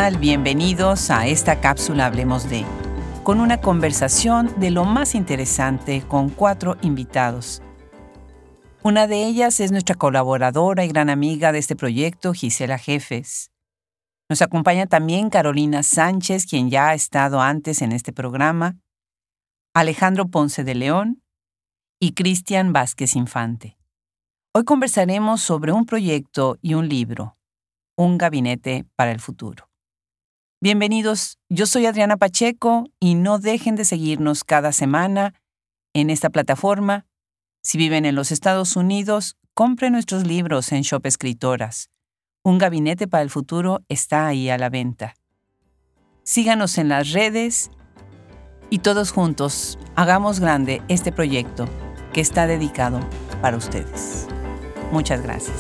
tal? Bienvenidos a esta cápsula Hablemos de, con una conversación de lo más interesante con 4 invitados. Una de ellas es nuestra colaboradora y gran amiga de este proyecto, Gisela Jefes. Nos acompaña también Carolina Sánchez, quien ya ha estado antes en este programa, Alejandro Ponce de León y Cristian Vázquez Infante. Hoy conversaremos sobre un proyecto y un libro, Un gabinete para el futuro. Bienvenidos, yo soy Adriana Pacheco y no dejen de seguirnos cada semana en esta plataforma. Si viven en los Estados Unidos, compren nuestros libros en Shop Escritoras. Un gabinete para el futuro está ahí a la venta. Síganos en las redes y todos juntos hagamos grande este proyecto que está dedicado para ustedes. Muchas gracias.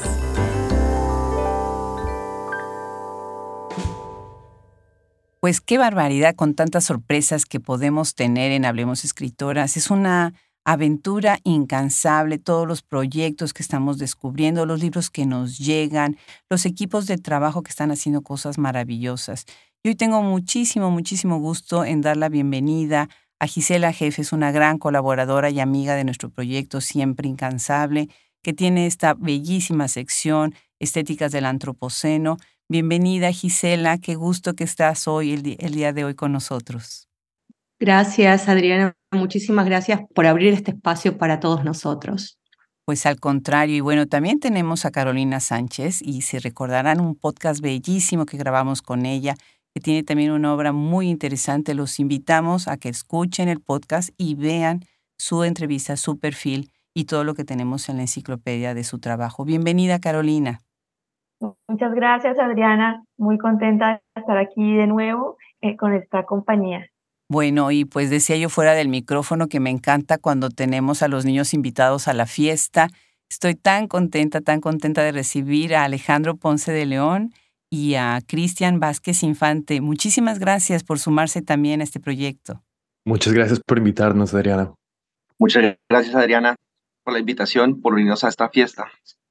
Pues qué barbaridad con tantas sorpresas que podemos tener en Hablemos Escritoras. Es una aventura incansable, todos los proyectos que estamos descubriendo, los libros que nos llegan, los equipos de trabajo que están haciendo cosas maravillosas. Y hoy tengo muchísimo gusto en dar la bienvenida a Gisela Jefes, una gran colaboradora y amiga de nuestro proyecto Siempre Incansable, que tiene esta bellísima sección Estéticas del Antropoceno. Bienvenida, Gisela, qué gusto que estás hoy, el día de hoy con nosotros. Gracias, Adriana. Muchísimas gracias por abrir este espacio para todos nosotros. Pues al contrario, y bueno, también tenemos a Carolina Sánchez, y se recordarán un podcast bellísimo que grabamos con ella, que tiene también una obra muy interesante. Los invitamos a que escuchen el podcast y vean su entrevista, su perfil y todo lo que tenemos en la enciclopedia de su trabajo. Bienvenida, Carolina. Muchas gracias, Adriana. Muy contenta de estar aquí de nuevo con esta compañía. Bueno, y pues decía yo fuera del micrófono que me encanta cuando tenemos a los niños invitados a la fiesta. Estoy tan contenta de recibir a Alejandro Ponce de León y a Cristian Vázquez Infante. Muchísimas gracias por sumarse también a este proyecto. Muchas gracias por invitarnos, Adriana. Muchas gracias, Adriana, por la invitación, por unirnos a esta fiesta.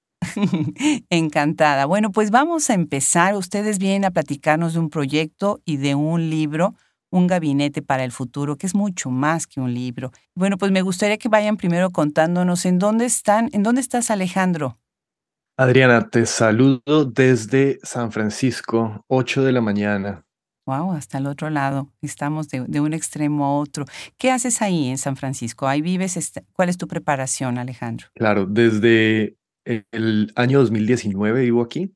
Encantada. Bueno, pues vamos a empezar. Ustedes vienen a platicarnos de un proyecto y de un libro, Un gabinete para el futuro, que es mucho más que un libro. Bueno, pues me gustaría que vayan primero contándonos en dónde estás, Alejandro. Adriana, te saludo desde San Francisco, 8 de la mañana. Wow, hasta el otro lado. Estamos de un extremo a otro. ¿Qué haces ahí en San Francisco? ¿Ahí vives? ¿Cuál es tu preparación, Alejandro? Claro, desde el año 2019 vivo aquí.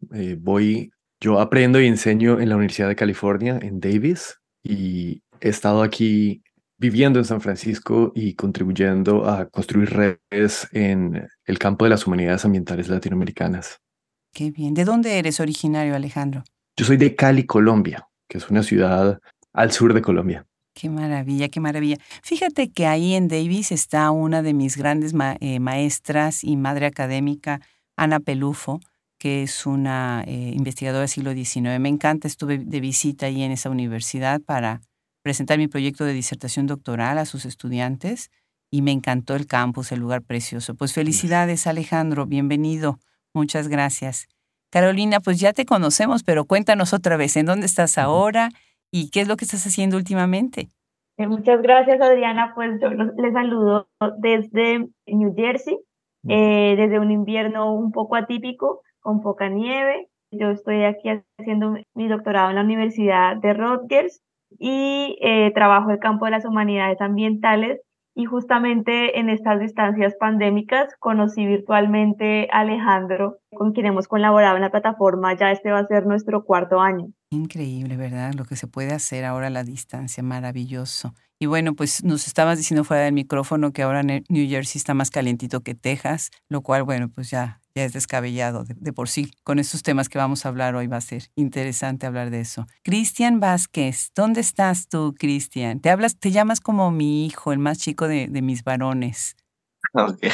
Yo aprendo y enseño en la Universidad de California, en Davis, y he estado aquí viviendo en San Francisco y contribuyendo a construir redes en el campo de las humanidades ambientales latinoamericanas. Qué bien. ¿De dónde eres originario, Alejandro? Yo soy de Cali, Colombia, que es una ciudad al sur de Colombia. Qué maravilla, qué maravilla. Fíjate que ahí en Davis está una de mis grandes maestras y madre académica, Ana Pelufo, que es una investigadora del siglo XIX. Me encanta, estuve de visita ahí en esa universidad para presentar mi proyecto de disertación doctoral a sus estudiantes y me encantó el campus, el lugar precioso. Pues felicidades, Alejandro, bienvenido. Muchas gracias. Carolina, pues ya te conocemos, pero cuéntanos otra vez, ¿en dónde estás ahora y qué es lo que estás haciendo últimamente? Muchas gracias, Adriana. Pues yo les saludo desde New Jersey, desde un invierno un poco atípico, con poca nieve. Yo estoy aquí haciendo mi doctorado en la Universidad de Rutgers y trabajo el campo de las humanidades ambientales. Y justamente en estas distancias pandémicas conocí virtualmente a Alejandro, con quien hemos colaborado en la plataforma. Ya este va a ser nuestro 4º año. Increíble, ¿verdad? Lo que se puede hacer ahora a la distancia, maravilloso. Y bueno, pues nos estabas diciendo fuera del micrófono que ahora New Jersey está más calientito que Texas, lo cual, bueno, pues ya es descabellado de por sí. Con estos temas que vamos a hablar hoy va a ser interesante hablar de eso. Cristian Vázquez, ¿dónde estás tú, Cristian? Te llamas como mi hijo, el más chico de mis varones. Okay.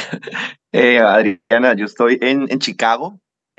Adriana, yo estoy en Chicago.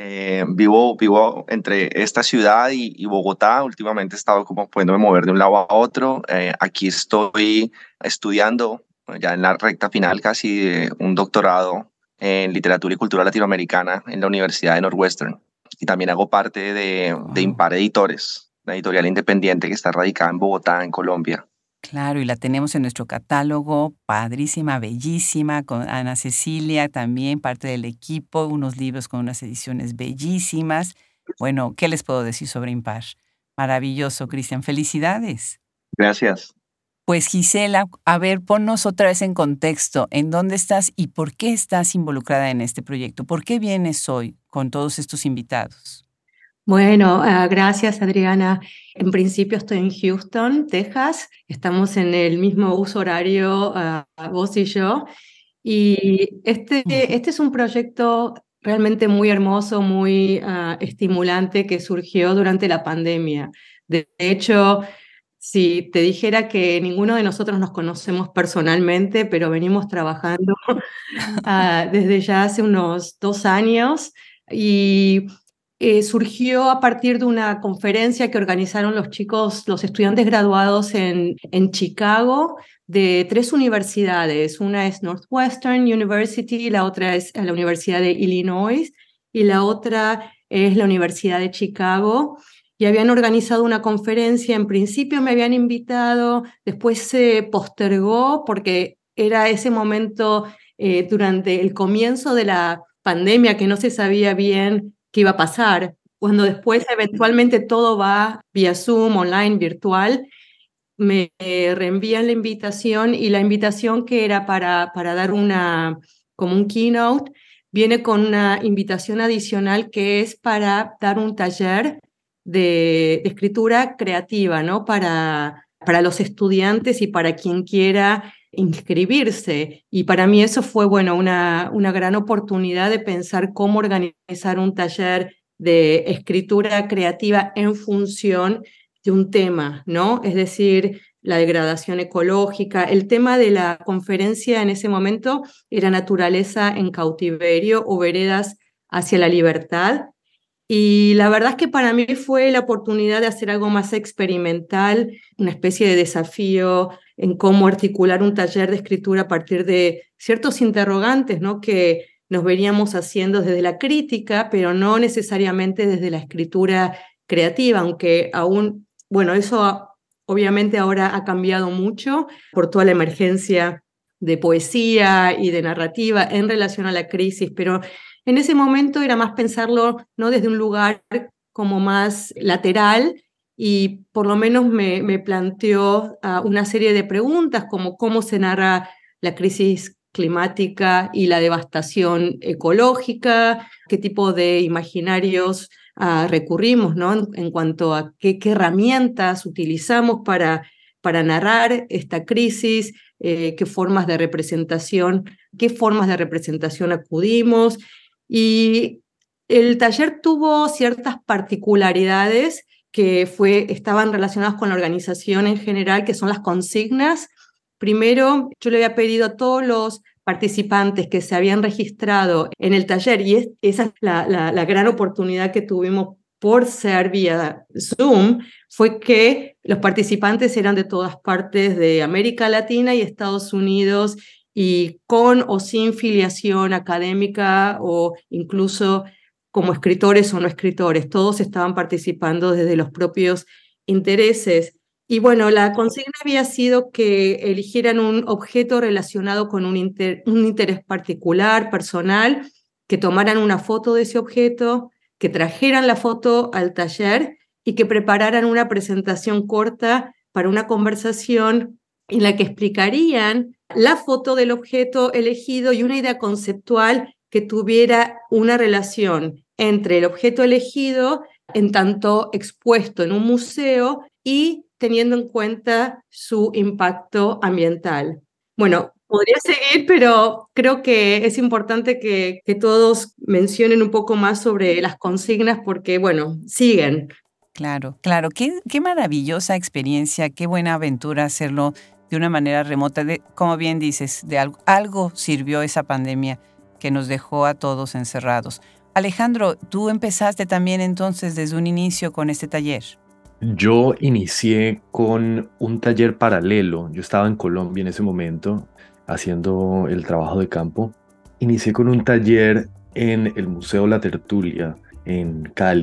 Vivo entre esta ciudad y Bogotá. Últimamente he estado como pudiéndome mover de un lado a otro. Aquí estoy estudiando ya en la recta final casi de un doctorado en literatura y cultura latinoamericana en la Universidad de Northwestern. Y también hago parte de Impar Editores, una editorial independiente que está radicada en Bogotá, en Colombia. Claro, y la tenemos en nuestro catálogo, padrísima, bellísima, con Ana Cecilia también, parte del equipo, unos libros con unas ediciones bellísimas. Bueno, ¿qué les puedo decir sobre Impar? Maravilloso, Cristian, felicidades. Gracias. Pues Gisela, a ver, ponnos otra vez en contexto, ¿en dónde estás y por qué estás involucrada en este proyecto? ¿Por qué vienes hoy con todos estos invitados? Bueno, gracias Adriana. En principio estoy en Houston, Texas. Estamos en el mismo uso horario, vos y yo. Y este es un proyecto realmente muy hermoso, muy estimulante que surgió durante la pandemia. De hecho, si te dijera que ninguno de nosotros nos conocemos personalmente, pero venimos trabajando desde ya hace unos 2 años y surgió a partir de una conferencia que organizaron los chicos, los estudiantes graduados en Chicago de 3 universidades. Una es Northwestern University, la otra es la Universidad de Illinois y la otra es la Universidad de Chicago. Y habían organizado una conferencia, en principio me habían invitado, después se postergó porque era ese momento durante el comienzo de la pandemia que no se sabía bien qué iba a pasar. Cuando después eventualmente todo va vía Zoom, online, virtual, me reenvían la invitación y la invitación que era para dar como un keynote, viene con una invitación adicional que es para dar un taller de escritura creativa, ¿no? Para los estudiantes y para quien quiera inscribirse. Y para mí eso fue, bueno, una gran oportunidad de pensar cómo organizar un taller de escritura creativa en función de un tema, ¿no? Es decir, la degradación ecológica. El tema de la conferencia en ese momento era naturaleza en cautiverio o veredas hacia la libertad. Y la verdad es que para mí fue la oportunidad de hacer algo más experimental, una especie de desafío en cómo articular un taller de escritura a partir de ciertos interrogantes, ¿no? Que nos veníamos haciendo desde la crítica, pero no necesariamente desde la escritura creativa, aunque aún, bueno, eso obviamente ahora ha cambiado mucho por toda la emergencia de poesía y de narrativa en relación a la crisis, pero en ese momento era más pensarlo no desde un lugar como más lateral y por lo menos me planteó una serie de preguntas como cómo se narra la crisis climática y la devastación ecológica, qué tipo de imaginarios recurrimos, ¿no? En cuanto a qué herramientas utilizamos para narrar esta crisis, qué formas de representación acudimos. Y el taller tuvo ciertas particularidades que estaban relacionadas con la organización en general, que son las consignas. Primero, yo le había pedido a todos los participantes que se habían registrado en el taller, y esa es la gran oportunidad que tuvimos por ser vía Zoom, fue que los participantes eran de todas partes de América Latina y Estados Unidos, y con o sin filiación académica o incluso como escritores o no escritores. Todos estaban participando desde los propios intereses. Y bueno, la consigna había sido que eligieran un objeto relacionado con un interés particular, personal, que tomaran una foto de ese objeto, que trajeran la foto al taller y que prepararan una presentación corta para una conversación en la que explicarían la foto del objeto elegido y una idea conceptual que tuviera una relación entre el objeto elegido en tanto expuesto en un museo y teniendo en cuenta su impacto ambiental. Bueno, podría seguir, pero creo que es importante que todos mencionen un poco más sobre las consignas porque, bueno, siguen. Claro, claro. Qué maravillosa experiencia, qué buena aventura hacerlo de una manera remota. Como bien dices, de algo sirvió esa pandemia que nos dejó a todos encerrados. Alejandro, tú empezaste también entonces desde un inicio con este taller. Yo inicié con un taller paralelo. Yo estaba en Colombia en ese momento haciendo el trabajo de campo. Inicié con un taller en el Museo La Tertulia en Cali,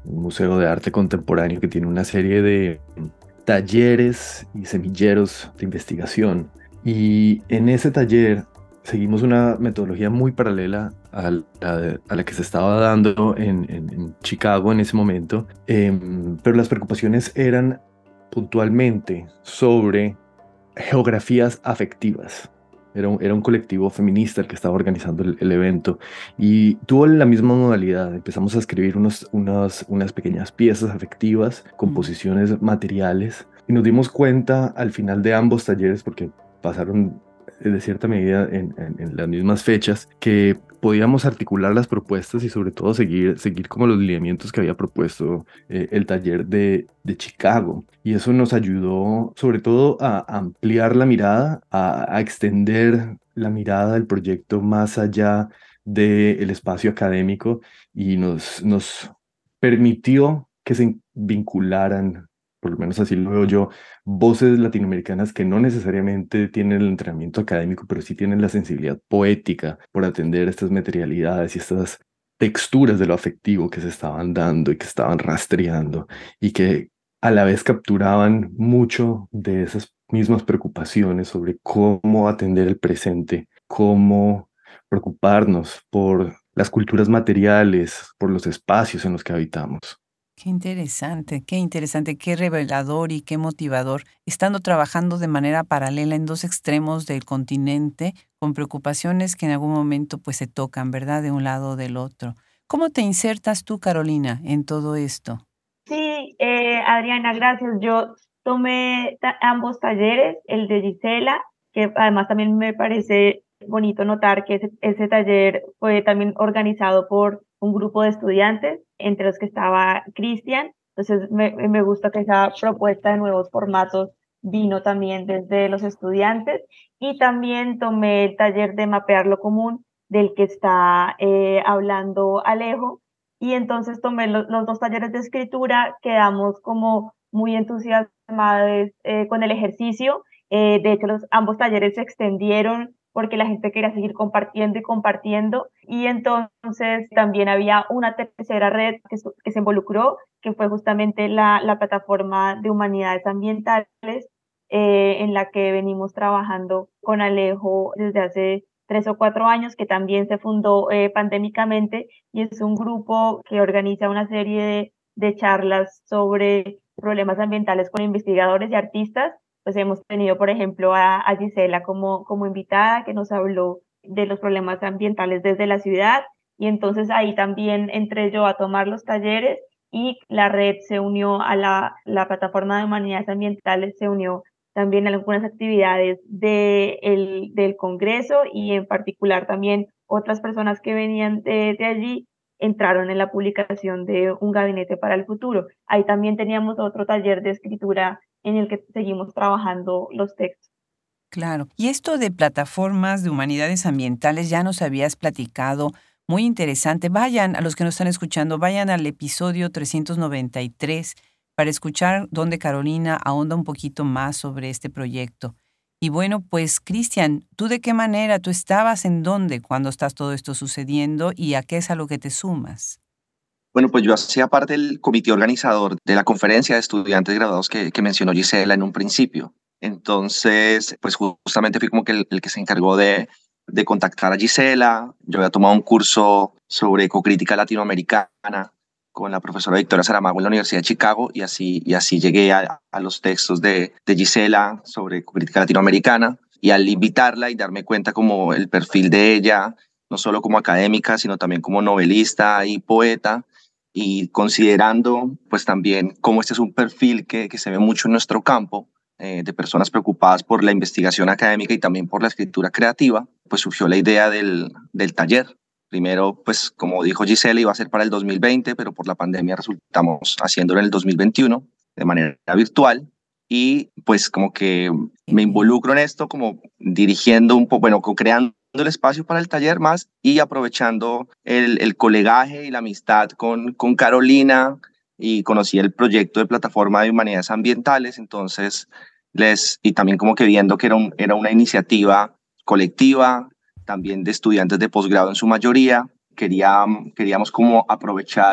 un museo de arte contemporáneo que tiene una serie de talleres y semilleros de investigación. Y en ese taller seguimos una metodología muy paralela a la que se estaba dando en Chicago en ese momento, pero las preocupaciones eran puntualmente sobre geografías afectivas. Era un colectivo feminista el que estaba organizando el evento y tuvo la misma modalidad. Empezamos a escribir unas pequeñas piezas afectivas, composiciones materiales, y nos dimos cuenta al final de ambos talleres, porque pasaron de cierta medida en las mismas fechas, que podíamos articular las propuestas y sobre todo seguir como los lineamientos que había propuesto el taller de Chicago. Y eso nos ayudó sobre todo a ampliar la mirada, a extender la mirada del proyecto más allá del espacio académico y nos permitió que se vincularan, por lo menos así lo veo yo, voces latinoamericanas que no necesariamente tienen el entrenamiento académico, pero sí tienen la sensibilidad poética por atender estas materialidades y estas texturas de lo afectivo que se estaban dando y que estaban rastreando y que a la vez capturaban mucho de esas mismas preocupaciones sobre cómo atender el presente, cómo preocuparnos por las culturas materiales, por los espacios en los que habitamos. Qué interesante, qué revelador y qué motivador, estando trabajando de manera paralela en dos extremos del continente, con preocupaciones que en algún momento pues se tocan, ¿verdad? De un lado o del otro. ¿Cómo te insertas tú, Carolina, en todo esto? Sí, Adriana, gracias. Yo tomé ambos talleres, el de Gisela, que además también me parece bonito notar que ese taller fue también organizado por un grupo de estudiantes, entre los que estaba Cristian. Entonces me gusta que esa propuesta de nuevos formatos vino también desde los estudiantes. Y también tomé el taller de mapear lo común, del que está hablando Alejo, y entonces tomé los dos talleres de escritura, quedamos como muy entusiasmados con el ejercicio. De hecho, ambos talleres se extendieron porque la gente quería seguir compartiendo y compartiendo, y entonces también había una tercera red que se involucró, que fue justamente la plataforma de humanidades ambientales, en la que venimos trabajando con Alejo desde hace 3 o 4 años, que también se fundó pandémicamente, y es un grupo que organiza una serie de charlas sobre problemas ambientales con investigadores y artistas. Pues hemos tenido, por ejemplo, a Gisela como invitada, que nos habló de los problemas ambientales desde la ciudad, y entonces ahí también entré yo a tomar los talleres, y la red se unió a la plataforma de humanidades ambientales, se unió también algunas actividades del Congreso, y en particular también otras personas que venían de allí entraron en la publicación de Un Gabinete para el Futuro. Ahí también teníamos otro taller de escritura en el que seguimos trabajando los textos. Claro. Y esto de plataformas de humanidades ambientales ya nos habías platicado, muy interesante. Vayan, a los que nos están escuchando, vayan al episodio 393 para escuchar donde Carolina ahonda un poquito más sobre este proyecto. Y bueno, pues Cristian, ¿tú de qué manera, tú estabas en dónde cuando estás todo esto sucediendo y a qué es a lo que te sumas? Bueno, pues yo hacía parte del comité organizador de la conferencia de estudiantes graduados que mencionó Gisela en un principio. Entonces, pues justamente fui como que el que se encargó de contactar a Gisela. Yo había tomado un curso sobre ecocrítica latinoamericana con la profesora Victoria Saramago en la Universidad de Chicago, y así llegué a los textos de Gisela sobre ecocrítica latinoamericana. Y al invitarla y darme cuenta como el perfil de ella, no solo como académica, sino también como novelista y poeta, y considerando pues también cómo este es un perfil que se ve mucho en nuestro campo, de personas preocupadas por la investigación académica y también por la escritura creativa, pues surgió la idea del taller. Primero, pues como dijo Gisela, iba a ser para el 2020, pero por la pandemia resultamos haciéndolo en el 2021 de manera virtual, y pues como que me involucro en esto como dirigiendo un poco, bueno, creando el espacio para el taller más y aprovechando el colegaje y la amistad con Carolina, y conocí el proyecto de plataforma de humanidades ambientales. Entonces y también como que viendo que era una iniciativa colectiva, también de estudiantes de posgrado en su mayoría, queríamos como aprovechar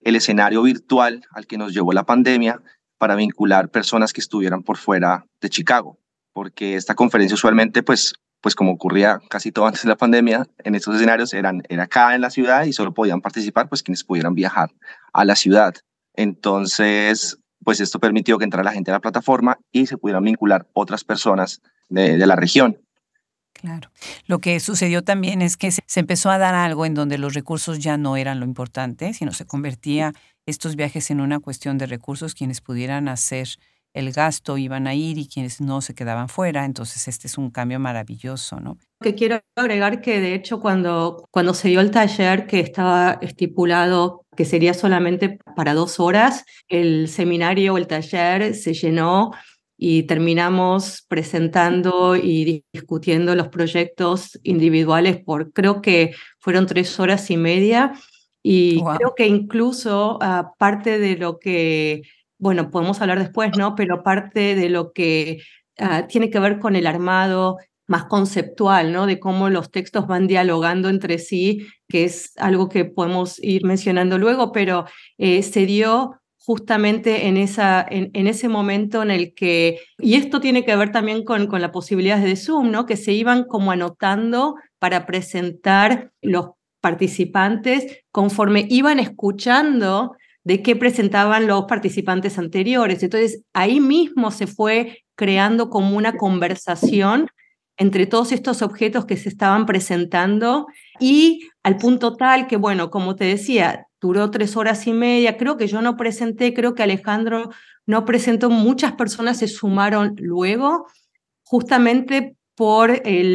el escenario virtual al que nos llevó la pandemia para vincular personas que estuvieran por fuera de Chicago, porque esta conferencia usualmente, pues como ocurría casi todo antes de la pandemia, en estos escenarios era acá en la ciudad y solo podían participar pues quienes pudieran viajar a la ciudad. Entonces, pues esto permitió que entrara la gente a la plataforma y se pudieran vincular otras personas de la región. Claro. Lo que sucedió también es que se empezó a dar algo en donde los recursos ya no eran lo importante, sino se convertía estos viajes en una cuestión de recursos. Quienes pudieran hacer el gasto iban a ir y quienes no se quedaban fuera. Entonces este es un cambio maravilloso, ¿no? Que quiero agregar que de hecho cuando se dio el taller que estaba estipulado que sería solamente para 2 horas, el seminario o el taller se llenó y terminamos presentando y discutiendo los proyectos individuales por creo que fueron 3 horas y media y Wow. creo que incluso parte de lo que, bueno, podemos hablar después, ¿no? Pero parte de lo que tiene que ver con el armado más conceptual, ¿no? De cómo los textos van dialogando entre sí, que es algo que podemos ir mencionando luego, pero se dio justamente en ese momento en el que, y esto tiene que ver también con las posibilidades de Zoom, ¿no? Que se iban como anotando para presentar los participantes conforme iban escuchando de qué presentaban los participantes anteriores. Entonces, ahí mismo se fue creando como una conversación entre todos estos objetos que se estaban presentando y al punto tal que, bueno, como te decía, duró 3 horas y media, creo que yo no presenté, creo que Alejandro no presentó, muchas personas se sumaron luego, justamente por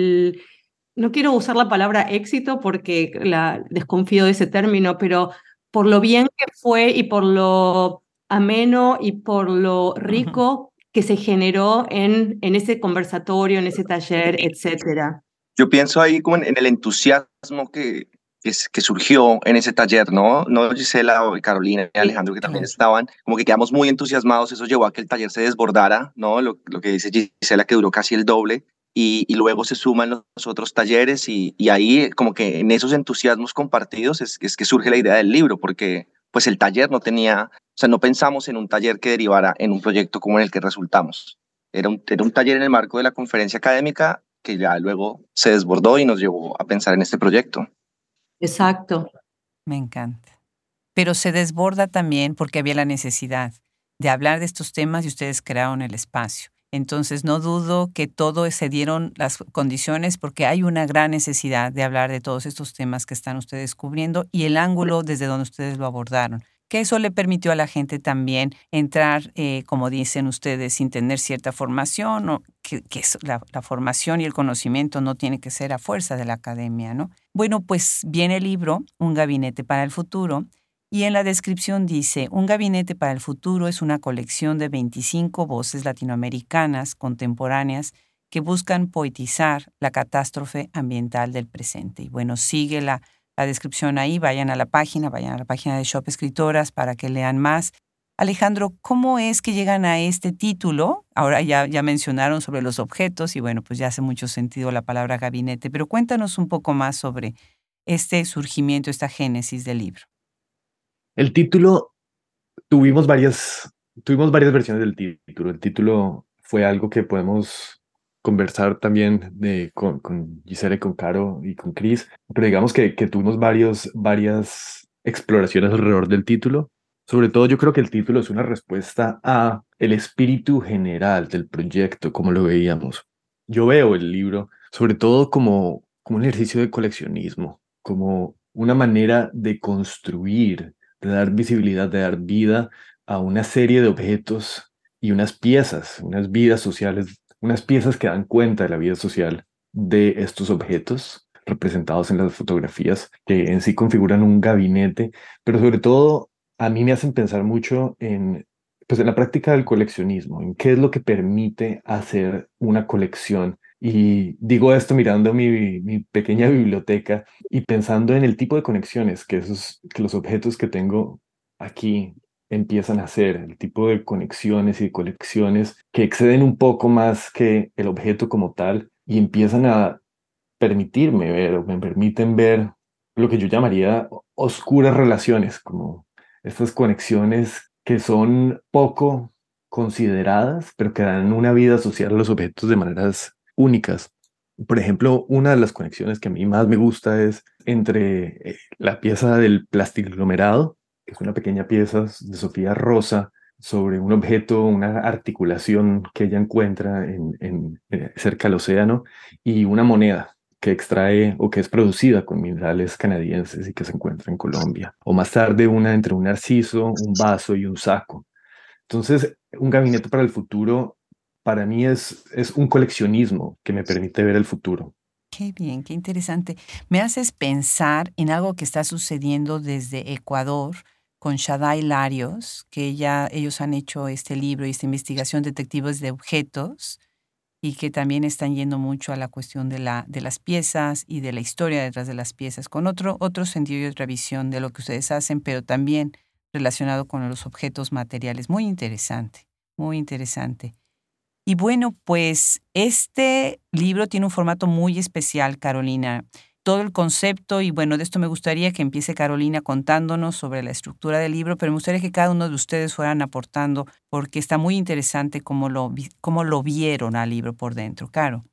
no quiero usar la palabra éxito porque desconfío de ese término, pero por lo bien que fue y por lo ameno y por lo rico que se generó en ese conversatorio, en ese taller, etcétera. Yo pienso ahí como en el entusiasmo que surgió en ese taller, ¿no? No Gisela, o Carolina y Alejandro, que también estaban, como que quedamos muy entusiasmados, eso llevó a que el taller se desbordara, ¿no? Lo que dice Gisela, que duró casi el doble, y luego se suman los otros talleres, y ahí como que en esos entusiasmos compartidos es que surge la idea del libro, porque pues el taller no tenía, o sea, no pensamos en un taller que derivara en un proyecto como en el que resultamos. Era un taller en el marco de la conferencia académica que ya luego se desbordó y nos llevó a pensar en este proyecto. Exacto. Me encanta. Pero se desborda también porque había la necesidad de hablar de estos temas y ustedes crearon el espacio. Entonces no dudo que todo se dieron las condiciones porque hay una gran necesidad de hablar de todos estos temas que están ustedes cubriendo y el ángulo desde donde ustedes lo abordaron. Que eso le permitió a la gente también entrar, como dicen ustedes, sin tener cierta formación, o que la formación y el conocimiento no tiene que ser a fuerza de la academia, ¿no? Bueno, pues viene el libro, Un gabinete para el futuro, y en la descripción dice, Un gabinete para el futuro es una colección de 25 voces latinoamericanas contemporáneas que buscan poetizar la catástrofe ambiental del presente. Y bueno, sigue la descripción ahí, vayan a la página de Shop Escritoras para que lean más. Alejandro, ¿cómo es que llegan a este título? Ahora ya mencionaron sobre los objetos y bueno, pues ya hace mucho sentido la palabra gabinete, pero cuéntanos un poco más sobre este surgimiento, esta génesis del libro. El título, tuvimos varias versiones del título. El título fue algo que podemos conversar también con Gisela, con Caro y con Chris, pero digamos que tuvimos varias exploraciones alrededor del título. Sobre todo yo creo que el título es una respuesta a el espíritu general del proyecto, como lo veíamos. Yo veo el libro sobre todo como un ejercicio de coleccionismo, como una manera de construir, de dar visibilidad, de dar vida a una serie de objetos y unas piezas, unas vidas sociales, unas piezas que dan cuenta de la vida social de estos objetos representados en las fotografías, que en sí configuran un gabinete, pero sobre todo a mí me hacen pensar mucho pues en la práctica del coleccionismo, en qué es lo que permite hacer una colección. Y digo esto mirando mi pequeña biblioteca y pensando en el tipo de conexiones que los objetos que tengo aquí empiezan a hacer, el tipo de conexiones y colecciones que exceden un poco más que el objeto como tal y empiezan a permitirme ver o me permiten ver lo que yo llamaría oscuras relaciones, como estas conexiones que son poco consideradas, pero que dan una vida social a los objetos de maneras únicas. Por ejemplo, una de las conexiones que a mí más me gusta es entre la pieza del plastiglomerado, que es una pequeña pieza de Sofía Rosa, sobre un objeto, una articulación que ella encuentra cerca del océano, y una moneda que extrae o que es producida con minerales canadienses y que se encuentra en Colombia. O más tarde una entre un narciso, un vaso y un saco. Entonces, un gabinete para el futuro para mí es un coleccionismo que me permite ver el futuro. Qué bien, qué interesante. Me haces pensar en algo que está sucediendo desde Ecuador con Shaddai Larios, que ellos han hecho este libro y esta investigación detectives de objetos y que también están yendo mucho a la cuestión de las piezas y de la historia detrás de las piezas, con otro sentido y otra visión de lo que ustedes hacen, pero también relacionado con los objetos materiales. Muy interesante, muy interesante. Y bueno, pues este libro tiene un formato muy especial, Carolina. Todo el concepto, y bueno, de esto me gustaría que empiece Carolina contándonos sobre la estructura del libro, pero me gustaría que cada uno de ustedes fueran aportando, porque está muy interesante cómo lo vieron al libro por dentro. Caro.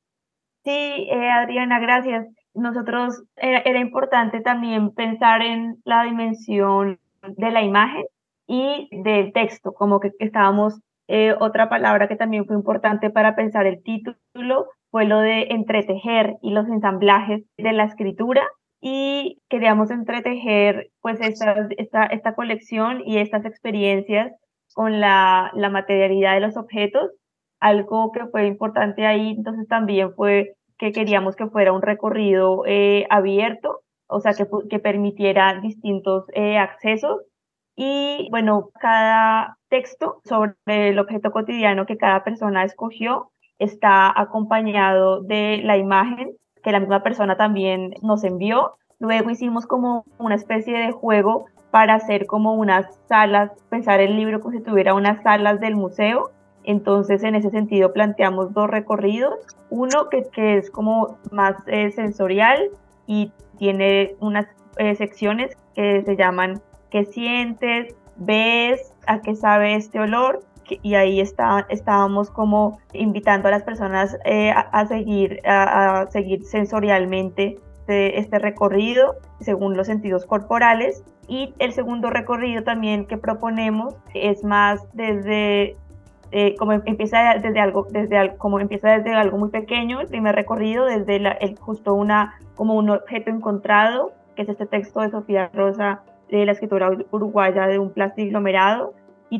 Sí, Adriana, gracias. Nosotros era importante también pensar en la dimensión de la imagen y del texto, como que estábamos, otra palabra que también fue importante para pensar el título fue lo de entretejer y los ensamblajes de la escritura, y queríamos entretejer pues esta colección y estas experiencias con la materialidad de los objetos. Algo que fue importante ahí entonces también fue que queríamos que fuera un recorrido abierto, o sea, que permitiera distintos accesos. Y bueno, cada texto sobre el objeto cotidiano que cada persona escogió está acompañado de la imagen que la misma persona también nos envió. Luego hicimos como una especie de juego para hacer como unas salas, pensar el libro como si tuviera unas salas del museo. Entonces, en ese sentido, planteamos dos recorridos. Uno que es como más sensorial y tiene unas secciones que se llaman ¿qué sientes? ¿Ves? ¿A qué sabe este olor? Y ahí estábamos como invitando a las personas a seguir sensorialmente este recorrido según los sentidos corporales. Y el segundo recorrido también que proponemos es más desde como empieza desde algo muy pequeño, el primer recorrido, desde justo como un objeto encontrado, que es este texto de Sofía Rosa, de la escritora uruguaya, de un plastiglomerado, y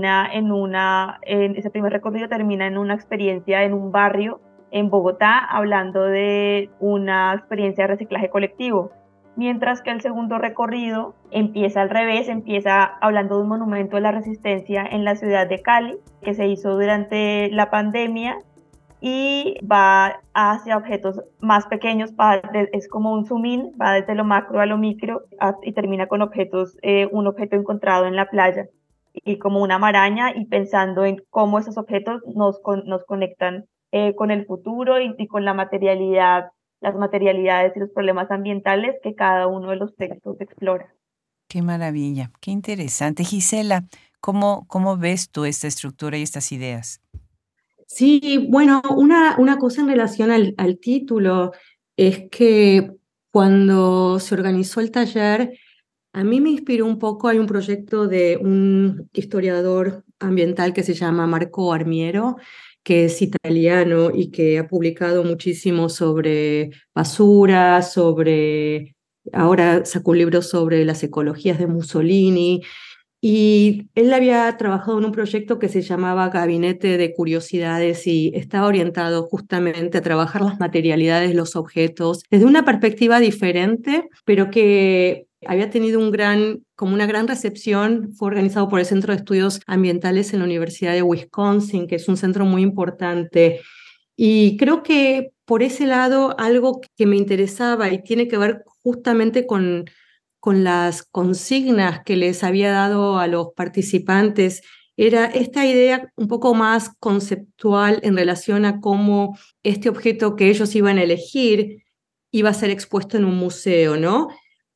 ese primer recorrido termina en una experiencia en un barrio en Bogotá, hablando de una experiencia de reciclaje colectivo. Mientras que el segundo recorrido empieza al revés, empieza hablando de un monumento de la resistencia en la ciudad de Cali, que se hizo durante la pandemia, y va hacia objetos más pequeños, es como un zoom in, va desde lo macro a lo micro y termina con un objeto encontrado en la playa, y como una maraña, y pensando en cómo esos objetos nos conectan con el futuro y con las materialidades y los problemas ambientales que cada uno de los textos explora. Qué maravilla, qué interesante. Gisela, ¿cómo ves tú esta estructura y estas ideas? Sí, bueno, una cosa en relación al título es que cuando se organizó el taller, a mí me inspiró un poco, hay un proyecto de un historiador ambiental que se llama Marco Armiero, que es italiano y que ha publicado muchísimo sobre basura, ahora sacó un libro sobre las ecologías de Mussolini, y él había trabajado en un proyecto que se llamaba Gabinete de Curiosidades y estaba orientado justamente a trabajar las materialidades de los objetos desde una perspectiva diferente, pero que había tenido como una gran recepción. Fue organizado por el Centro de Estudios Ambientales en la Universidad de Wisconsin, que es un centro muy importante. Y creo que por ese lado algo que me interesaba y tiene que ver justamente con las consignas que les había dado a los participantes, era esta idea un poco más conceptual en relación a cómo este objeto que ellos iban a elegir iba a ser expuesto en un museo, ¿no?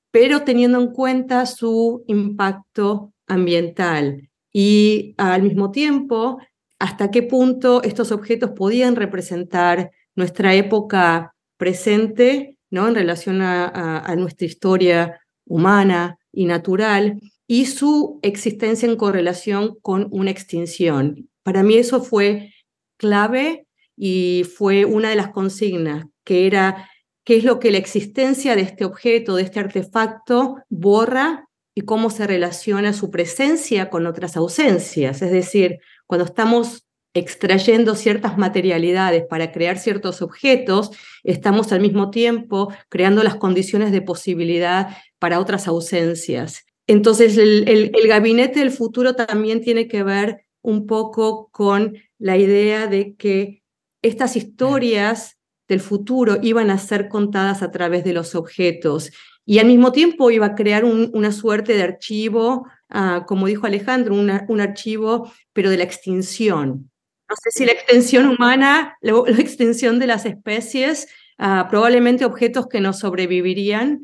pero teniendo en cuenta su impacto ambiental y al mismo tiempo hasta qué punto estos objetos podían representar nuestra época presente, ¿no? En relación a nuestra historia humana y natural, y su existencia en correlación con una extinción. Para mí eso fue clave y fue una de las consignas, que era qué es lo que la existencia de este objeto, de este artefacto, borra y cómo se relaciona su presencia con otras ausencias. Es decir, cuando estamos extrayendo ciertas materialidades para crear ciertos objetos, estamos al mismo tiempo creando las condiciones de posibilidad para otras ausencias. Entonces, el gabinete del futuro también tiene que ver un poco con la idea de que estas historias del futuro iban a ser contadas a través de los objetos y al mismo tiempo iba a crear una suerte de archivo, como dijo Alejandro, un archivo, pero de la extinción. No sé si la extensión humana, la extinción de las especies, probablemente objetos que nos sobrevivirían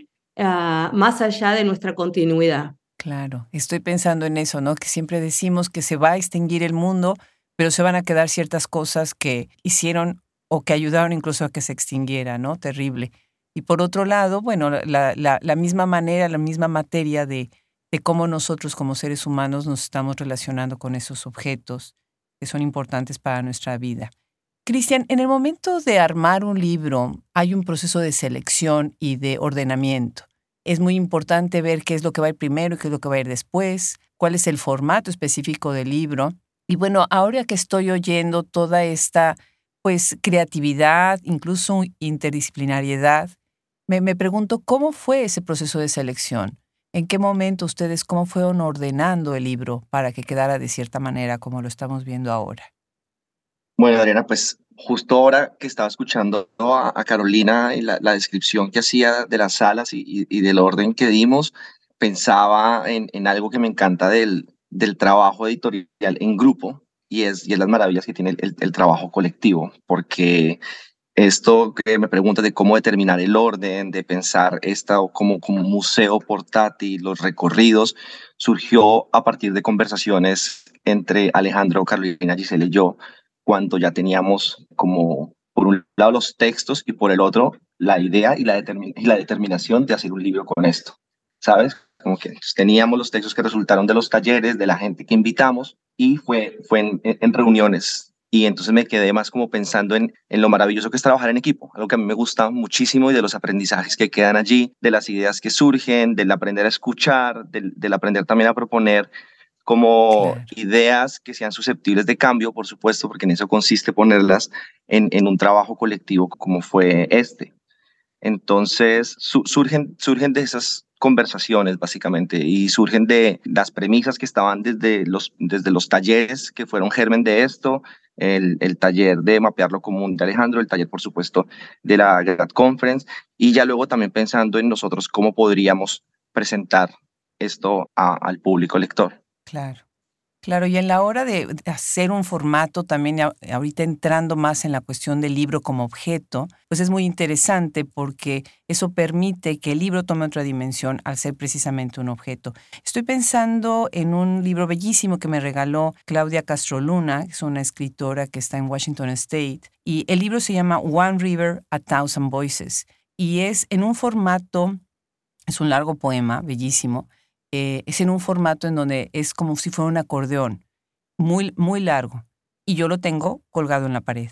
más allá de nuestra continuidad. Claro, estoy pensando en eso, ¿no? Que siempre decimos que se va a extinguir el mundo, pero se van a quedar ciertas cosas que hicieron o que ayudaron incluso a que se extinguiera, ¿no? Terrible. Y por otro lado, bueno, la misma manera, la misma materia de cómo nosotros como seres humanos nos estamos relacionando con esos objetos que son importantes para nuestra vida. Cristian, en el momento de armar un libro hay un proceso de selección y de ordenamiento. Es muy importante ver qué es lo que va a ir primero y qué es lo que va a ir después, cuál es el formato específico del libro. Y bueno, ahora que estoy oyendo toda esta, pues, creatividad, incluso interdisciplinariedad, me pregunto cómo fue ese proceso de selección. ¿En qué momento ustedes cómo fueron ordenando el libro para que quedara de cierta manera como lo estamos viendo ahora? Bueno, Adriana, pues justo ahora que estaba escuchando a Carolina y la descripción que hacía de las salas y del orden que dimos, pensaba en algo que me encanta del trabajo editorial en grupo y es las maravillas que tiene el trabajo colectivo, porque esto que me preguntas de cómo determinar el orden, de pensar esta como museo portátil, los recorridos, surgió a partir de conversaciones entre Alejandro, Carolina, Giselle y yo, cuando ya teníamos como por un lado los textos y por el otro la idea y la determinación de hacer un libro con esto, ¿sabes? Como que teníamos los textos que resultaron de los talleres, de la gente que invitamos y fue en reuniones y entonces me quedé más como pensando en lo maravilloso que es trabajar en equipo, algo que a mí me gusta muchísimo y de los aprendizajes que quedan allí, de las ideas que surgen, del aprender a escuchar, del aprender también a proponer como Claro. ideas que sean susceptibles de cambio, por supuesto, porque en eso consiste ponerlas en un trabajo colectivo como fue este. Entonces surgen de esas conversaciones básicamente y surgen de las premisas que estaban desde los talleres que fueron germen de esto, el taller de mapear lo común de Alejandro, el taller por supuesto de la GRAD Conference y ya luego también pensando en nosotros cómo podríamos presentar esto al público lector. Claro. Claro, y en la hora de hacer un formato, también ahorita entrando más en la cuestión del libro como objeto, pues es muy interesante porque eso permite que el libro tome otra dimensión al ser precisamente un objeto. Estoy pensando en un libro bellísimo que me regaló Claudia Castroluna, que es una escritora que está en Washington State, y el libro se llama One River, a Thousand Voices, y es en un formato, es un largo poema, bellísimo, es en un formato en donde es como si fuera un acordeón, muy, muy largo, y yo lo tengo colgado en la pared.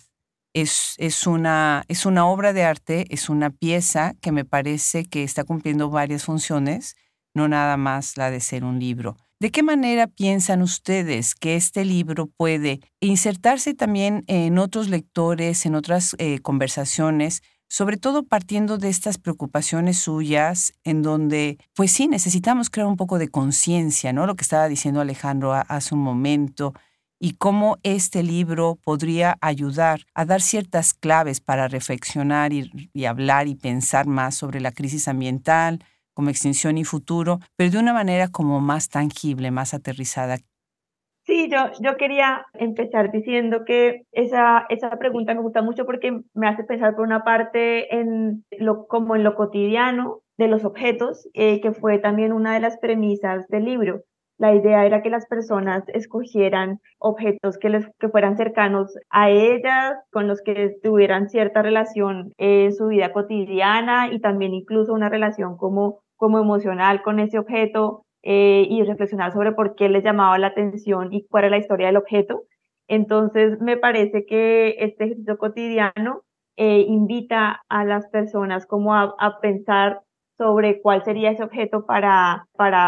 Es una obra de arte, es una pieza que me parece que está cumpliendo varias funciones, no nada más la de ser un libro. ¿De qué manera piensan ustedes que este libro puede insertarse también en otros lectores, en otras conversaciones, sobre todo partiendo de estas preocupaciones suyas, en donde, pues sí, necesitamos crear un poco de conciencia, ¿no? Lo que estaba diciendo Alejandro hace un momento, y cómo este libro podría ayudar a dar ciertas claves para reflexionar y hablar y pensar más sobre la crisis ambiental, como extinción y futuro, pero de una manera como más tangible, más aterrizada. Sí, yo quería empezar diciendo que esa pregunta me gusta mucho porque me hace pensar por una parte como en lo cotidiano de los objetos, que fue también una de las premisas del libro. La idea era que las personas escogieran objetos que fueran cercanos a ellas, con los que tuvieran cierta relación en su vida cotidiana y también incluso una relación como emocional con ese objeto, y reflexionar sobre por qué les llamaba la atención y cuál era la historia del objeto. Entonces, me parece que este ejercicio cotidiano invita a las personas como a pensar sobre cuál sería ese objeto para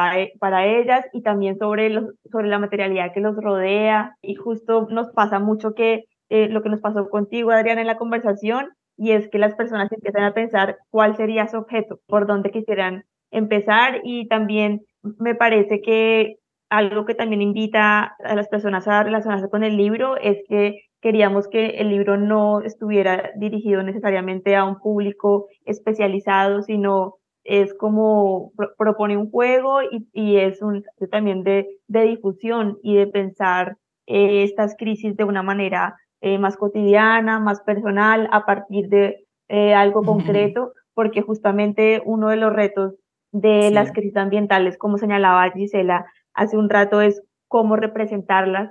ellas, y también sobre la materialidad que los rodea. Y justo nos pasa mucho que lo que nos pasó contigo, Adriana, en la conversación, y es que las personas empiezan a pensar cuál sería su objeto, por dónde quisieran empezar. Y también me parece que algo que también invita a las personas a relacionarse con el libro es que queríamos que el libro no estuviera dirigido necesariamente a un público especializado, sino es como propone un juego, y es también de difusión y de pensar estas crisis de una manera más cotidiana, más personal, a partir de algo concreto, porque justamente uno de los retos de las crisis ambientales, como señalaba Gisela hace un rato, es cómo representarlas,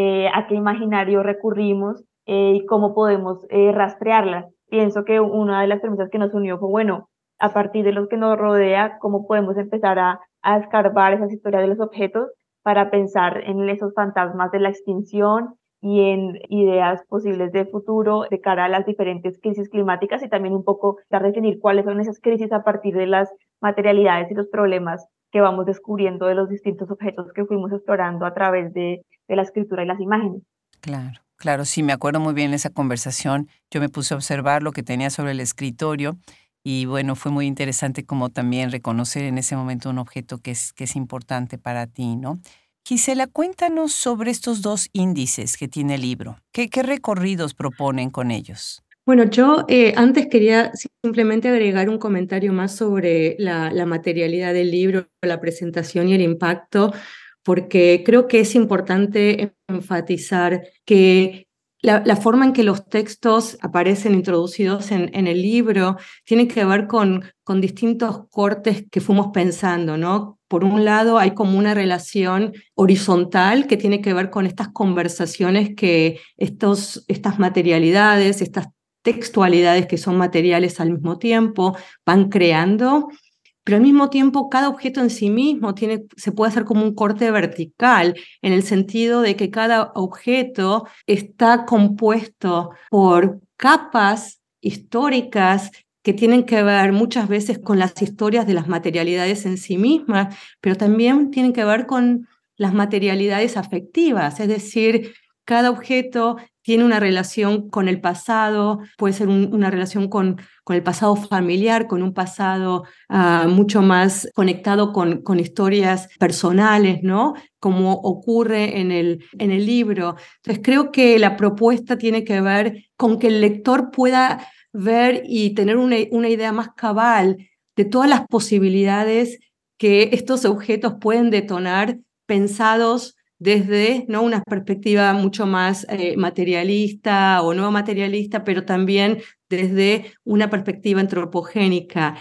a qué imaginario recurrimos, y cómo podemos rastrearlas. Pienso que una de las premisas que nos unió fue, bueno, a partir de lo que nos rodea, cómo podemos empezar a escarbar esas historias de los objetos para pensar en esos fantasmas de la extinción y en ideas posibles de futuro de cara a las diferentes crisis climáticas, y también un poco dar definir cuáles son esas crisis a partir de las materialidades y los problemas que vamos descubriendo de los distintos objetos que fuimos explorando a través de la escritura y las imágenes. Claro, claro, sí, me acuerdo muy bien de esa conversación. Yo me puse a observar lo que tenía sobre el escritorio y bueno, fue muy interesante como también reconocer en ese momento un objeto que es importante para ti, ¿no? Gisela, cuéntanos sobre estos 2 índices que tiene el libro. ¿Qué recorridos proponen con ellos? Bueno, yo antes quería simplemente agregar un comentario más sobre la materialidad del libro, la presentación y el impacto, porque creo que es importante enfatizar que la forma en que los textos aparecen introducidos en el libro tiene que ver con distintos cortes que fuimos pensando, ¿no? Por un lado, hay como una relación horizontal que tiene que ver con estas conversaciones que estas materialidades, estas textualidades que son materiales al mismo tiempo, van creando, pero al mismo tiempo cada objeto en sí mismo se puede hacer como un corte vertical, en el sentido de que cada objeto está compuesto por capas históricas que tienen que ver muchas veces con las historias de las materialidades en sí mismas, pero también tienen que ver con las materialidades afectivas, es decir, cada objeto tiene una relación con el pasado, puede ser una relación con el pasado familiar, con un pasado mucho más conectado con historias personales, ¿no? Como ocurre en el libro. Entonces creo que la propuesta tiene que ver con que el lector pueda ver y tener una idea más cabal de todas las posibilidades que estos objetos pueden detonar pensados desde, ¿no?, una perspectiva mucho más materialista o no materialista, pero también desde una perspectiva antropogénica.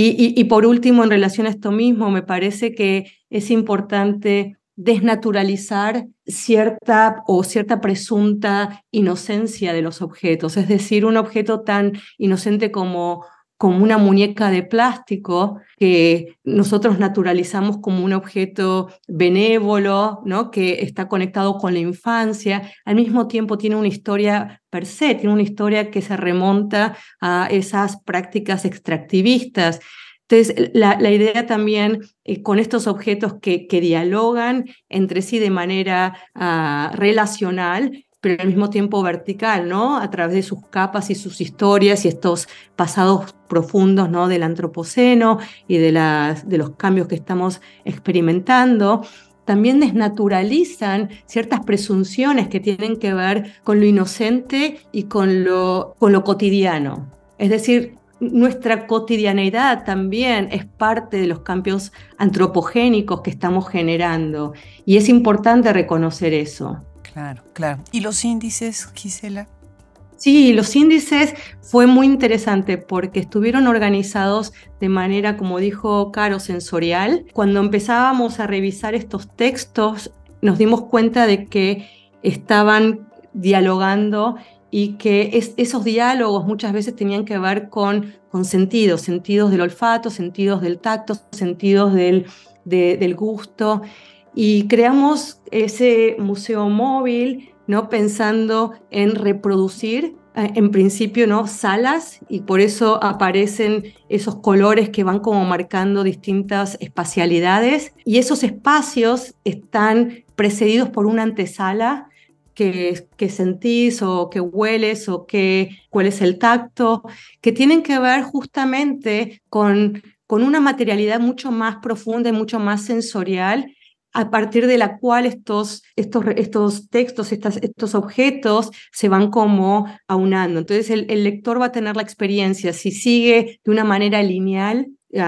Y por último, en relación a esto mismo, me parece que es importante desnaturalizar cierta presunta inocencia de los objetos, es decir, un objeto tan inocente como una muñeca de plástico que nosotros naturalizamos como un objeto benévolo, ¿no?, que está conectado con la infancia, al mismo tiempo tiene una historia per se, tiene una historia que se remonta a esas prácticas extractivistas. Entonces, la idea también con estos objetos que dialogan entre sí de manera relacional, pero al mismo tiempo vertical, ¿no?, a través de sus capas y sus historias y estos pasados profundos, ¿no?, del antropoceno y de los cambios que estamos experimentando, también desnaturalizan ciertas presunciones que tienen que ver con lo inocente y con lo cotidiano. Es decir, nuestra cotidianeidad también es parte de los cambios antropogénicos que estamos generando, y es importante reconocer eso. Claro, claro. ¿Y los índices, Gisela? Sí, los índices fue muy interesante porque estuvieron organizados de manera, como dijo Caro, sensorial. Cuando empezábamos a revisar estos textos, nos dimos cuenta de que estaban dialogando y que esos diálogos muchas veces tenían que ver con sentidos, sentidos del olfato, sentidos del tacto, sentidos del gusto. Y creamos ese museo móvil, ¿no? Pensando en reproducir, en principio, ¿no? Salas, y por eso aparecen esos colores que van como marcando distintas espacialidades, y esos espacios están precedidos por una antesala que sentís o que hueles o cuál es el tacto, que tienen que ver justamente con una materialidad mucho más profunda y mucho más sensorial, a partir de la cual estos textos, estos objetos se van como aunando. Entonces el lector va a tener la experiencia, si sigue de una manera lineal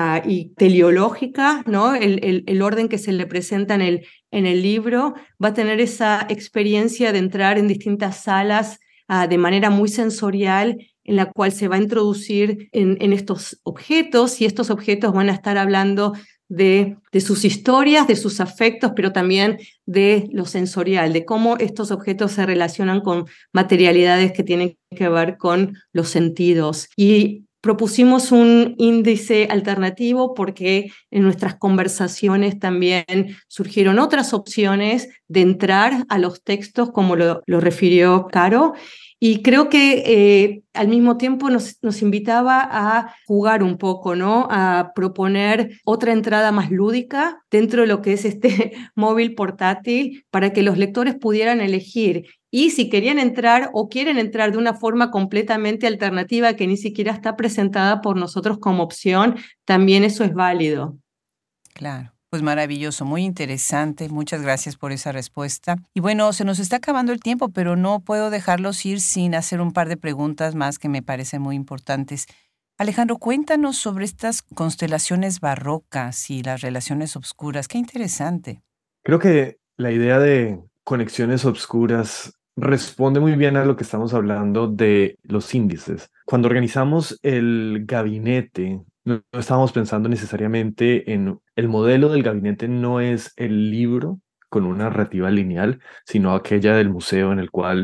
y teleológica, ¿no? El orden que se le presenta en el libro, va a tener esa experiencia de entrar en distintas salas de manera muy sensorial, en la cual se va a introducir en estos objetos, y estos objetos van a estar hablando de sus historias, de sus afectos, pero también de lo sensorial, de cómo estos objetos se relacionan con materialidades que tienen que ver con los sentidos. Y propusimos un índice alternativo porque en nuestras conversaciones también surgieron otras opciones de entrar a los textos, como lo refirió Caro, y creo que al mismo tiempo nos invitaba a jugar un poco, ¿no? A proponer otra entrada más lúdica dentro de lo que es este móvil portátil, para que los lectores pudieran elegir. Y si querían entrar o quieren entrar de una forma completamente alternativa que ni siquiera está presentada por nosotros como opción, también eso es válido. Claro. Pues maravilloso, muy interesante. Muchas gracias por esa respuesta. Y bueno, se nos está acabando el tiempo, pero no puedo dejarlos ir sin hacer un par de preguntas más que me parecen muy importantes. Alejandro, cuéntanos sobre estas constelaciones barrocas y las relaciones obscuras. Qué interesante. Creo que la idea de conexiones obscuras responde muy bien a lo que estamos hablando de los índices. Cuando organizamos el gabinete, no estábamos pensando necesariamente en el modelo del gabinete, no es el libro con una narrativa lineal, sino aquella del museo en el cual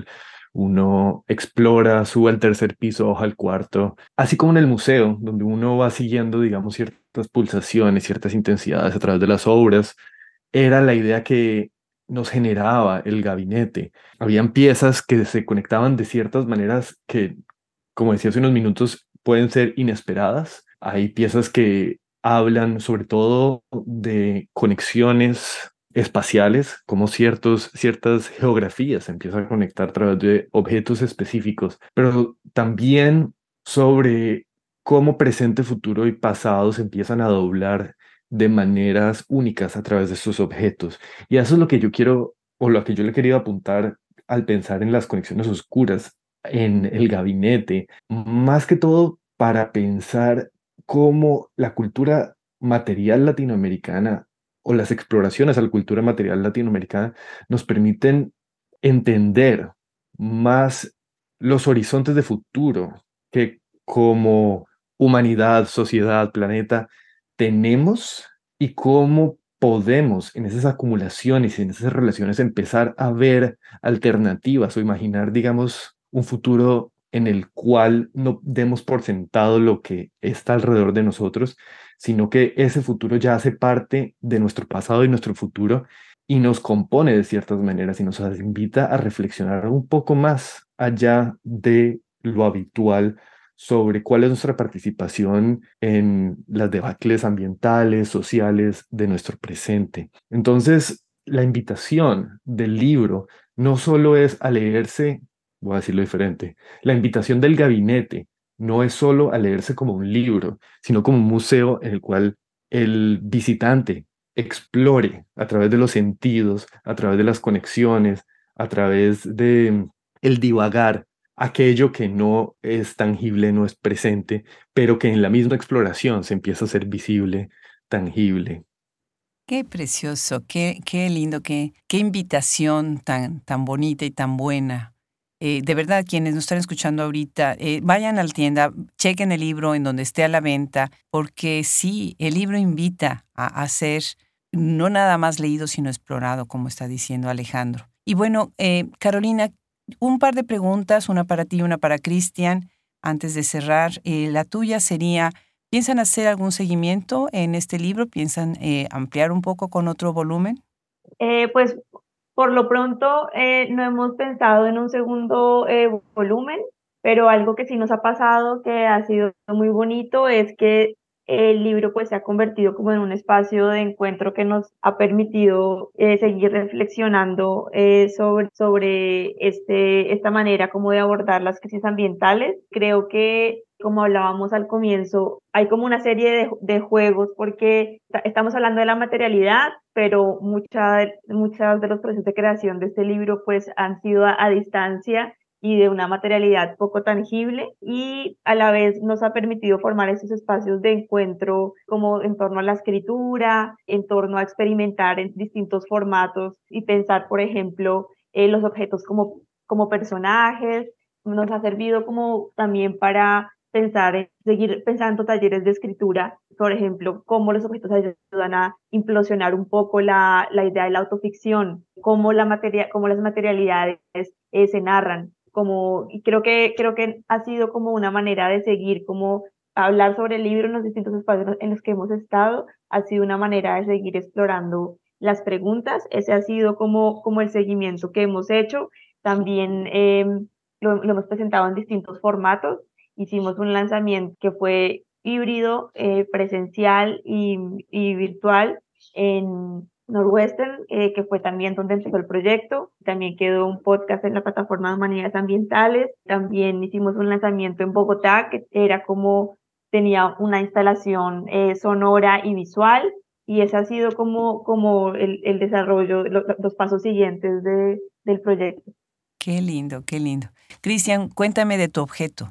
uno explora, sube al tercer piso, baja al cuarto, así como en el museo, donde uno va siguiendo, digamos, ciertas pulsaciones, ciertas intensidades a través de las obras. Era la idea que nos generaba el gabinete. Habían piezas que se conectaban de ciertas maneras que, como decía hace unos minutos, pueden ser inesperadas. Hay piezas que hablan sobre todo de conexiones espaciales, como ciertas geografías se empiezan a conectar a través de objetos específicos, pero también sobre cómo presente, futuro y pasado se empiezan a doblar de maneras únicas a través de estos objetos. Y eso es lo que yo quiero, o lo que yo le he querido apuntar al pensar en las conexiones oscuras en el gabinete, más que todo para pensar cómo la cultura material latinoamericana o las exploraciones a la cultura material latinoamericana nos permiten entender más los horizontes de futuro que como humanidad, sociedad, planeta tenemos, y cómo podemos en esas acumulaciones y en esas relaciones empezar a ver alternativas o imaginar, digamos, un futuro en el cual no demos por sentado lo que está alrededor de nosotros, sino que ese futuro ya hace parte de nuestro pasado y nuestro futuro y nos compone de ciertas maneras y nos invita a reflexionar un poco más allá de lo habitual sobre cuál es nuestra participación en las debacles ambientales, sociales de nuestro presente. Entonces, la invitación del libro no solo es a leerse, voy a decirlo diferente, la invitación del gabinete no es solo a leerse como un libro, sino como un museo en el cual el visitante explore a través de los sentidos, a través de las conexiones, a través de el divagar, aquello que no es tangible, no es presente, pero que en la misma exploración se empieza a ser visible, tangible. Qué precioso, qué lindo, qué invitación tan bonita y tan buena. De verdad, quienes nos están escuchando ahorita, vayan a la tienda, chequen el libro en donde esté a la venta, porque sí, el libro invita a ser no nada más leído, sino explorado, como está diciendo Alejandro. Y bueno, Carolina, un par de preguntas, una para ti y una para Cristian, antes de cerrar. La tuya sería, ¿piensan hacer algún seguimiento en este libro? ¿Piensan ampliar un poco con otro volumen? Pues por lo pronto no hemos pensado en un segundo volumen, pero algo que sí nos ha pasado que ha sido muy bonito es que el libro pues se ha convertido como en un espacio de encuentro que nos ha permitido seguir reflexionando sobre esta manera como de abordar las crisis ambientales. Creo que, como hablábamos al comienzo, hay como una serie de juegos porque estamos hablando de la materialidad, pero muchas de los procesos de creación de este libro pues han sido a distancia y de una materialidad poco tangible, y a la vez nos ha permitido formar esos espacios de encuentro como en torno a la escritura, en torno a experimentar en distintos formatos y pensar, por ejemplo, los objetos como personajes. Nos ha servido como también para seguir pensando talleres de escritura, por ejemplo, cómo los objetos ayudan a implosionar un poco la idea de la autoficción, cómo las materialidades se narran. Y creo que ha sido como una manera de seguir, como hablar sobre el libro en los distintos espacios en los que hemos estado, ha sido una manera de seguir explorando las preguntas. Ese ha sido como el seguimiento que hemos hecho. También lo hemos presentado en distintos formatos. Hicimos un lanzamiento que fue híbrido, presencial y virtual en Northwestern, que fue también donde empezó el proyecto. También quedó un podcast en la plataforma de Humanidades Ambientales. También hicimos un lanzamiento en Bogotá, que tenía una instalación sonora y visual, y ese ha sido como el desarrollo, los pasos siguientes del proyecto. Qué lindo, qué lindo. Cristian, cuéntame de tu objeto.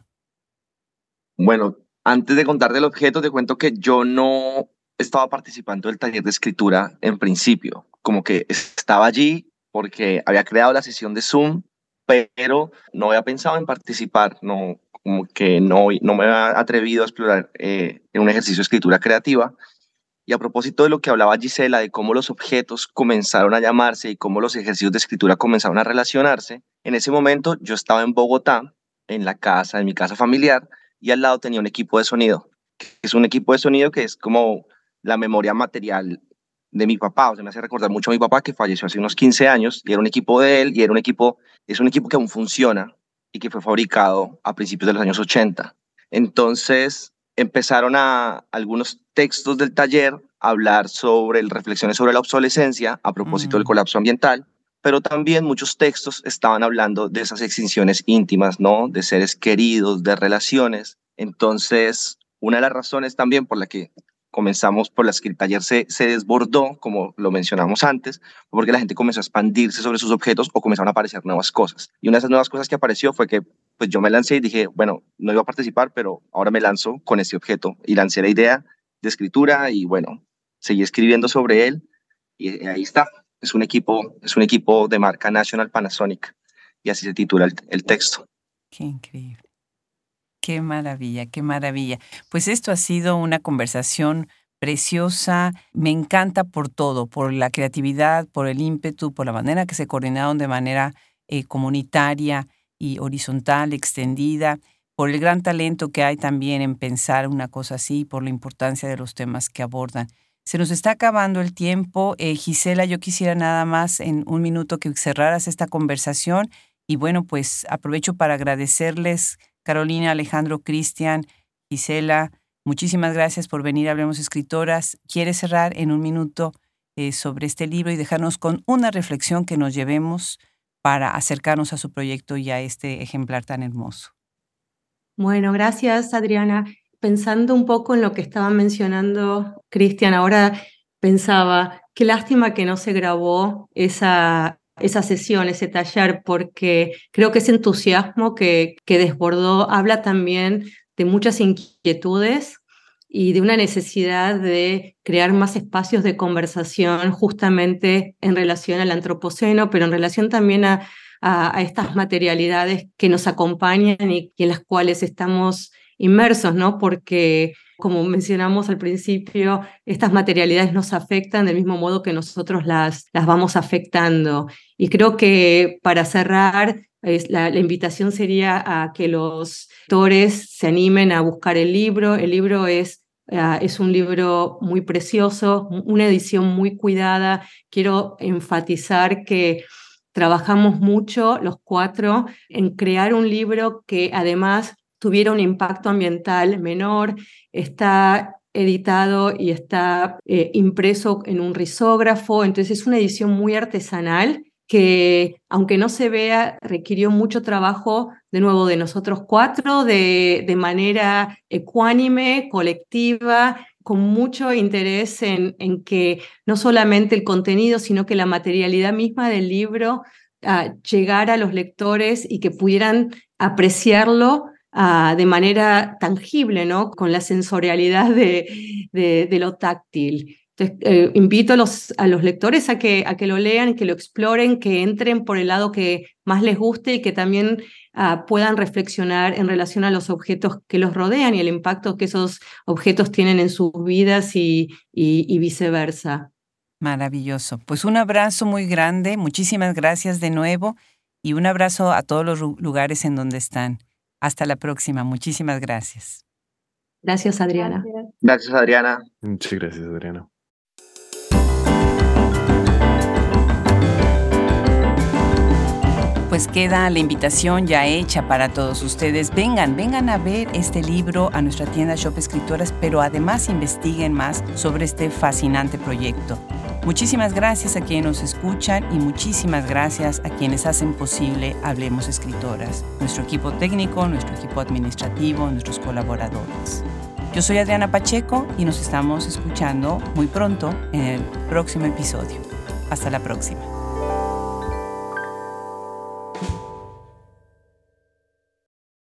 Bueno, antes de contarte el objeto, te cuento que yo no estaba participando del taller de escritura en principio. Como que estaba allí porque había creado la sesión de Zoom, pero no había pensado en participar, no, como que no me había atrevido a explorar en un ejercicio de escritura creativa. Y a propósito de lo que hablaba Gisela, de cómo los objetos comenzaron a llamarse y cómo los ejercicios de escritura comenzaron a relacionarse, en ese momento yo estaba en Bogotá, en mi casa familiar, y al lado tenía un equipo de sonido, que es un equipo de sonido que es como la memoria material de mi papá. O sea, me hace recordar mucho a mi papá, que falleció hace unos 15 años, y era un equipo de él, y es un equipo que aún funciona y que fue fabricado a principios de los años 80. Entonces empezaron algunos textos del taller a hablar sobre reflexiones sobre la obsolescencia a propósito del colapso ambiental, pero también muchos textos estaban hablando de esas extinciones íntimas, ¿no? De seres queridos, de relaciones. Entonces, una de las razones también por la que el taller se desbordó, como lo mencionamos antes, fue porque la gente comenzó a expandirse sobre sus objetos o comenzaron a aparecer nuevas cosas. Y una de esas nuevas cosas que apareció fue que pues yo me lancé y dije, bueno, no iba a participar, pero ahora me lanzo con este objeto. Y lancé la idea de escritura y bueno, seguí escribiendo sobre él y ahí está. Es un equipo de marca National Panasonic y así se titula el texto. Qué increíble. Qué maravilla, qué maravilla. Pues esto ha sido una conversación preciosa. Me encanta por todo, por la creatividad, por el ímpetu, por la manera que se coordinaron de manera comunitaria y horizontal, extendida, por el gran talento que hay también en pensar una cosa así, por la importancia de los temas que abordan. Se nos está acabando el tiempo. Gisela, yo quisiera nada más en un minuto que cerraras esta conversación y bueno, pues aprovecho para agradecerles, Carolina, Alejandro, Cristian, Gisela, muchísimas gracias por venir a Hablemos Escritoras. ¿Quieres cerrar en un minuto sobre este libro y dejarnos con una reflexión que nos llevemos para acercarnos a su proyecto y a este ejemplar tan hermoso? Bueno, gracias, Adriana. Pensando un poco en lo que estaba mencionando Cristian, ahora pensaba, qué lástima que no se grabó esa sesión, ese taller, porque creo que ese entusiasmo que desbordó habla también de muchas inquietudes y de una necesidad de crear más espacios de conversación justamente en relación al antropoceno, pero en relación también a a estas materialidades que nos acompañan y en las cuales estamos inmersos, ¿no? Porque, como mencionamos al principio, estas materialidades nos afectan del mismo modo que nosotros las vamos afectando. Y creo que para cerrar, la invitación sería a que los lectores se animen a buscar el libro. El libro es un libro muy precioso, una edición muy cuidada. Quiero enfatizar que trabajamos mucho los 4 en crear un libro que además tuviera un impacto ambiental menor. Está editado y está impreso en un risógrafo, entonces es una edición muy artesanal que, aunque no se vea, requirió mucho trabajo, de nuevo, de nosotros 4, de manera ecuánime, colectiva, con mucho interés en que no solamente el contenido, sino que la materialidad misma del libro llegara a los lectores y que pudieran apreciarlo de manera tangible, ¿no? Con la sensorialidad de lo táctil. Entonces, invito a los lectores a que lo lean, que lo exploren, que entren por el lado que más les guste y que también puedan reflexionar en relación a los objetos que los rodean y el impacto que esos objetos tienen en sus vidas y viceversa. Maravilloso. Pues un abrazo muy grande, muchísimas gracias de nuevo y un abrazo a todos los lugares en donde están. Hasta la próxima, muchísimas gracias. Gracias, Adriana. Gracias, Adriana. Muchas gracias, Adriana. Pues queda la invitación ya hecha para todos ustedes. Vengan a ver este libro a nuestra tienda Shop Escritoras, pero además investiguen más sobre este fascinante proyecto. Muchísimas gracias a quienes nos escuchan y muchísimas gracias a quienes hacen posible Hablemos Escritoras, nuestro equipo técnico, nuestro equipo administrativo, nuestros colaboradores. Yo soy Adriana Pacheco y nos estamos escuchando muy pronto en el próximo episodio. Hasta la próxima.